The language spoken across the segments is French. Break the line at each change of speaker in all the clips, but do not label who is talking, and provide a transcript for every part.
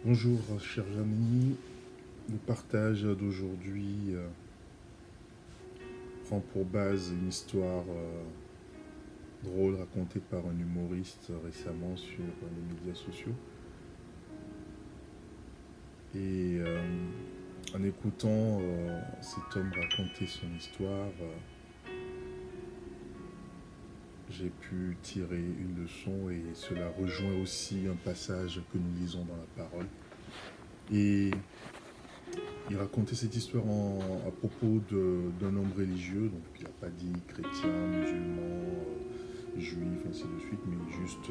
Bonjour chers amis, le partage d'aujourd'hui prend pour base une histoire drôle racontée par un humoriste récemment sur les médias sociaux. Et en écoutant cet homme raconter son histoire, j'ai pu tirer une leçon et cela rejoint aussi un passage que nous lisons dans la parole. Et il racontait cette histoire à propos d'un homme religieux, donc il n'a pas dit chrétien, musulman, juif, ainsi de suite, mais juste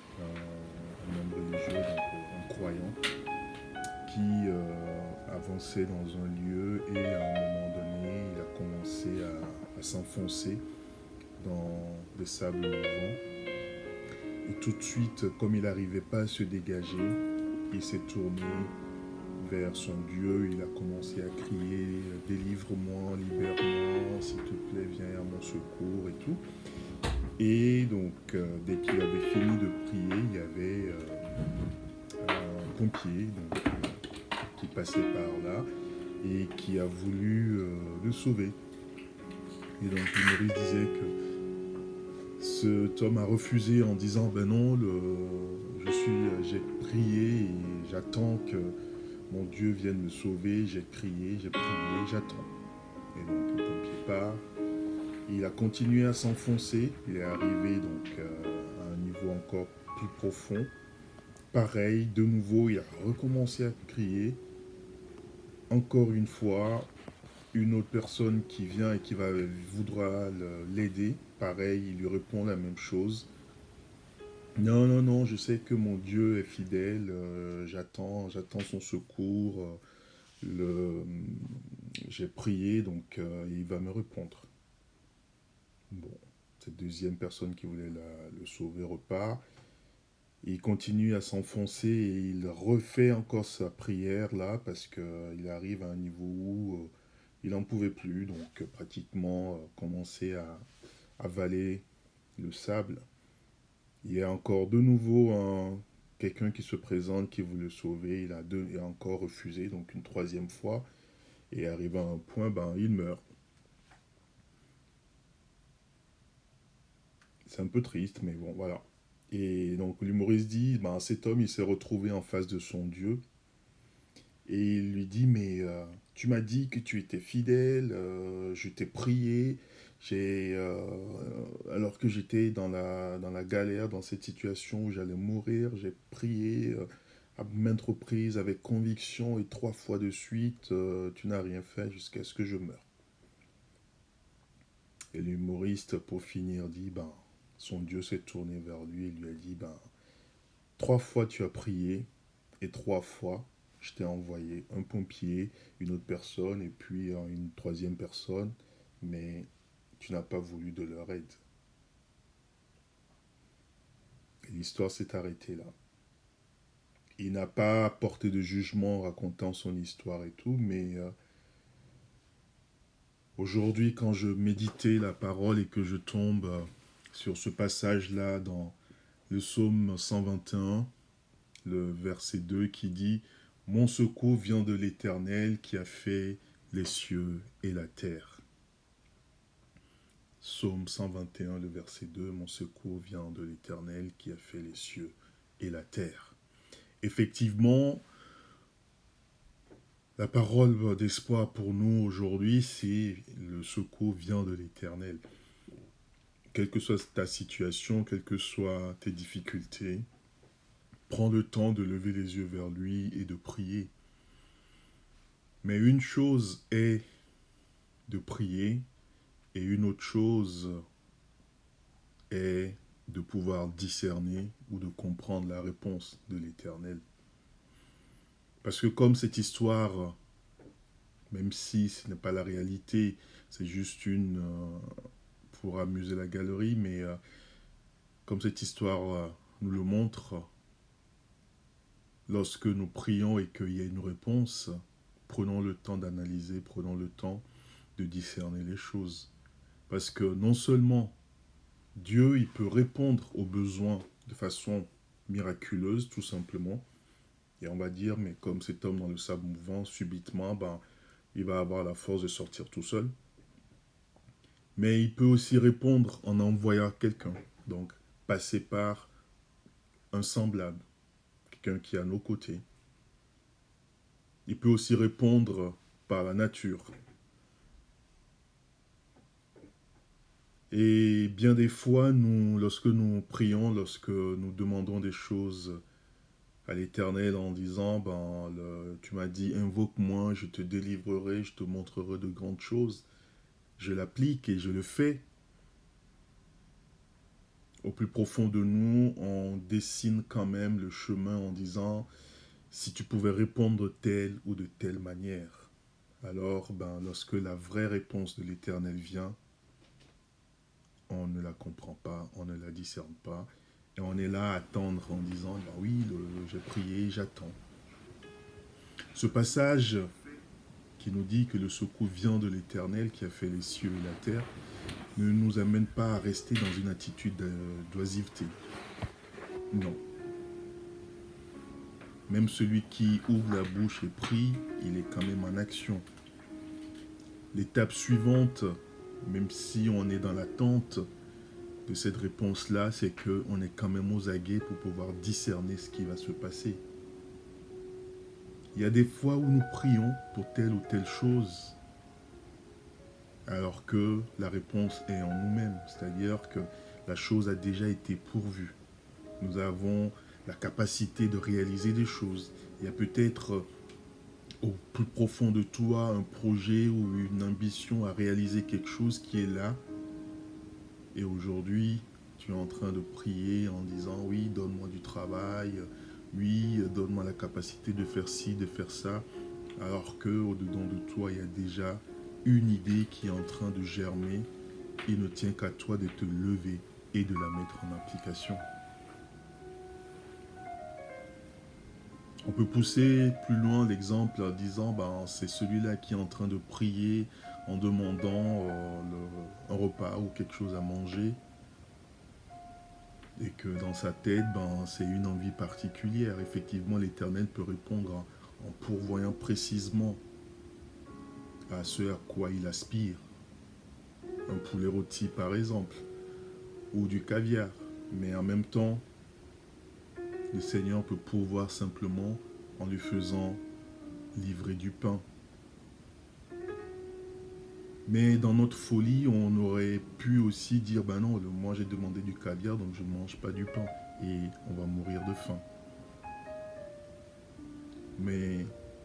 un homme religieux, donc un croyant, qui avançait dans un lieu et à un moment donné, il a commencé à s'enfoncer dans des sables mouvants. Et tout de suite, comme il n'arrivait pas à se dégager, il s'est tourné vers son Dieu, il a commencé à crier délivre-moi, libère-moi, s'il te plaît, viens à mon secours et tout. Et donc, dès qu'il avait fini de prier, il y avait un pompier donc, qui passait par là et qui a voulu le sauver. Et donc, l'humoriste disait que cet homme a refusé en disant ben non, j'ai prié et j'attends que mon Dieu vienne me sauver, j'ai crié, j'ai prié, j'attends. Et donc le pompier part. Il a continué à s'enfoncer. Il est arrivé donc à un niveau encore plus profond. Pareil, de nouveau, il a recommencé à crier. Encore une fois, une autre personne qui vient et qui voudra l'aider. Pareil, il lui répond la même chose. Non, non, non, je sais que mon Dieu est fidèle. J'attends son secours. Le, j'ai prié, donc il va me répondre. Bon, cette deuxième personne qui voulait le sauver repart. Il continue à s'enfoncer et il refait encore sa prière là parce qu'il arrive à un niveau où il n'en pouvait plus, donc pratiquement commençait à avaler le sable. Il y a encore de nouveau quelqu'un qui se présente, qui veut le sauver, il a encore refusé, donc une troisième fois, et arrivé à un point, ben, il meurt. C'est un peu triste, mais bon, voilà. Et donc l'humoriste dit, ben, cet homme, il s'est retrouvé en face de son Dieu, et il lui dit, mais tu m'as dit que tu étais fidèle, je t'ai prié, alors que j'étais dans la galère, dans cette situation où j'allais mourir, j'ai prié à maintes reprises avec conviction et trois fois de suite, tu n'as rien fait jusqu'à ce que je meure. Et l'humoriste, pour finir, dit, ben, son Dieu s'est tourné vers lui et lui a dit, ben, trois fois tu as prié et trois fois je t'ai envoyé un pompier, une autre personne et puis une troisième personne, mais tu n'as pas voulu de leur aide. Et l'histoire s'est arrêtée là. Il n'a pas porté de jugement en racontant son histoire et tout, mais aujourd'hui, quand je méditais la parole et que je tombe sur ce passage-là dans le psaume 121, le verset 2 qui dit mon secours vient de l'Éternel qui a fait les cieux et la terre. Psaume 121, le verset 2, mon secours vient de l'Éternel qui a fait les cieux et la terre. Effectivement, la parole d'espoir pour nous aujourd'hui, c'est le secours vient de l'Éternel. Quelle que soit ta situation, quelles que soient tes difficultés, prends le temps de lever les yeux vers lui et de prier. Mais une chose est de prier et une autre chose est de pouvoir discerner ou de comprendre la réponse de l'Éternel. Parce que comme cette histoire, même si ce n'est pas la réalité, c'est juste pour amuser la galerie, mais comme cette histoire nous le montre, lorsque nous prions et qu'il y a une réponse, prenons le temps d'analyser, prenons le temps de discerner les choses. Parce que non seulement Dieu, il peut répondre aux besoins de façon miraculeuse, tout simplement, Et on va dire, mais comme cet homme dans le sable mouvant, subitement, ben, il va avoir la force de sortir tout seul. Mais il peut aussi répondre en envoyant quelqu'un. Donc, passer par un semblable, quelqu'un qui est à nos côtés. Il peut aussi répondre par la nature. Et bien des fois, nous, lorsque nous prions, lorsque nous demandons des choses à l'Éternel en disant, ben, tu m'as dit, invoque-moi, je te délivrerai, je te montrerai de grandes choses, je l'applique et je le fais. Au plus profond de nous, on dessine quand même le chemin en disant, si tu pouvais répondre telle ou de telle manière. Alors, ben, lorsque la vraie réponse de l'Éternel vient, on ne la comprend pas, on ne la discerne pas, et on est là à attendre en disant, ben oui, j'ai prié, j'attends. Ce passage qui nous dit que le secours vient de l'Éternel qui a fait les cieux et la terre, ne nous amène pas à rester dans une attitude d'oisiveté. Non. Même celui qui ouvre la bouche et prie, il est quand même en action. L'étape suivante, même si on est dans l'attente de cette réponse-là, c'est qu'on est quand même aux aguets pour pouvoir discerner ce qui va se passer. Il y a des fois où nous prions pour telle ou telle chose, alors que la réponse est en nous-mêmes, c'est-à-dire que la chose a déjà été pourvue. Nous avons la capacité de réaliser des choses. Il y a peut-être au plus profond de toi un projet ou une ambition à réaliser quelque chose qui est là. Et aujourd'hui, tu es en train de prier en disant, oui, donne-moi du travail, oui, donne-moi la capacité de faire ci, de faire ça. Alors qu'au-dedans de toi, il y a déjà une idée qui est en train de germer. Il ne tient qu'à toi de te lever et de la mettre en application. On peut pousser plus loin l'exemple en disant, ben, c'est celui-là qui est en train de prier en demandant un repas ou quelque chose à manger. Et que dans sa tête, ben, c'est une envie particulière. Effectivement, l'Éternel peut répondre en pourvoyant précisément à ce à quoi il aspire. Un poulet rôti par exemple, ou du caviar. Mais en même temps, le Seigneur peut pourvoir simplement en lui faisant livrer du pain. Mais dans notre folie, on aurait pu aussi dire, ben non, moi j'ai demandé du caviar, donc je ne mange pas du pain. Et on va mourir de faim. Mais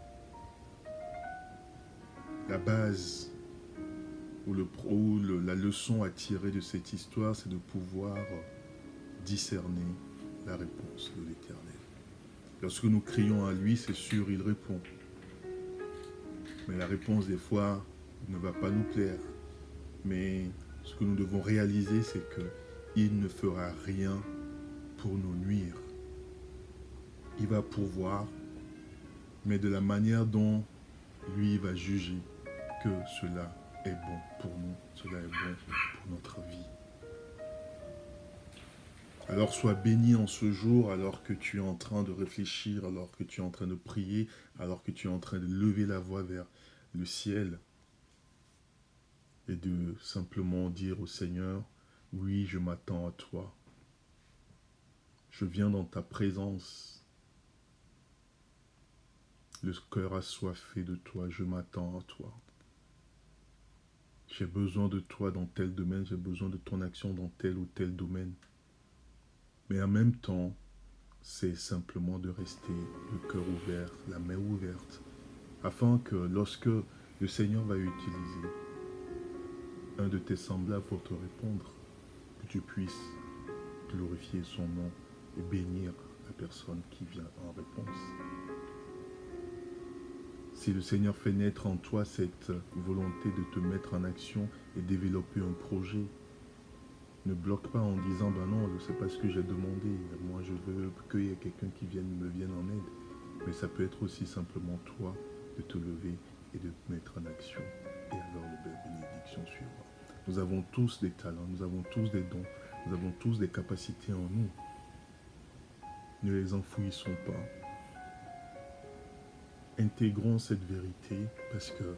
la base ou la leçon à tirer de cette histoire, c'est de pouvoir discerner la réponse de l'Éternel. Lorsque nous crions à lui, c'est sûr, il répond. Mais la réponse, des fois, ne va pas nous plaire. Mais ce que nous devons réaliser, c'est qu'il ne fera rien pour nous nuire. Il va pourvoir, mais de la manière dont lui va juger que cela est bon pour nous, cela est bon pour notre vie. Alors sois béni en ce jour, alors que tu es en train de réfléchir, alors que tu es en train de prier, alors que tu es en train de lever la voix vers le ciel et de simplement dire au Seigneur, oui, je m'attends à toi. Je viens dans ta présence. Le cœur assoiffé de toi, je m'attends à toi. J'ai besoin de toi dans tel domaine, j'ai besoin de ton action dans tel ou tel domaine. Mais en même temps, c'est simplement de rester le cœur ouvert, la main ouverte, afin que lorsque le Seigneur va utiliser un de tes semblables pour te répondre, que tu puisses glorifier son nom et bénir la personne qui vient en réponse. Si le Seigneur fait naître en toi cette volonté de te mettre en action et développer un projet, ne bloque pas en disant, ben non, ce n'est pas ce que j'ai demandé, moi je veux qu'il y ait quelqu'un qui me vienne en aide. Mais ça peut être aussi simplement toi de te lever et de te mettre en action. Et alors la bénédiction suivra. Nous avons tous des talents, nous avons tous des dons, nous avons tous des capacités en nous. Ne les enfouissons pas. intégrons cette vérité parce que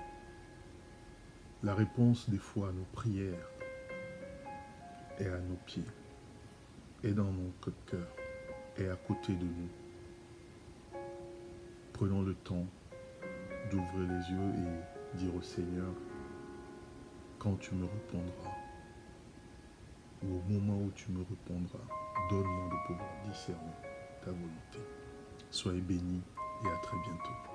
la réponse des fois à nos prières est à nos pieds, est dans notre cœur, est à côté de nous. Prenons le temps d'ouvrir les yeux et dire au Seigneur, quand tu me répondras, ou au moment où tu me répondras, donne-moi de pouvoir discerner ta volonté. Soyez bénis et à très bientôt.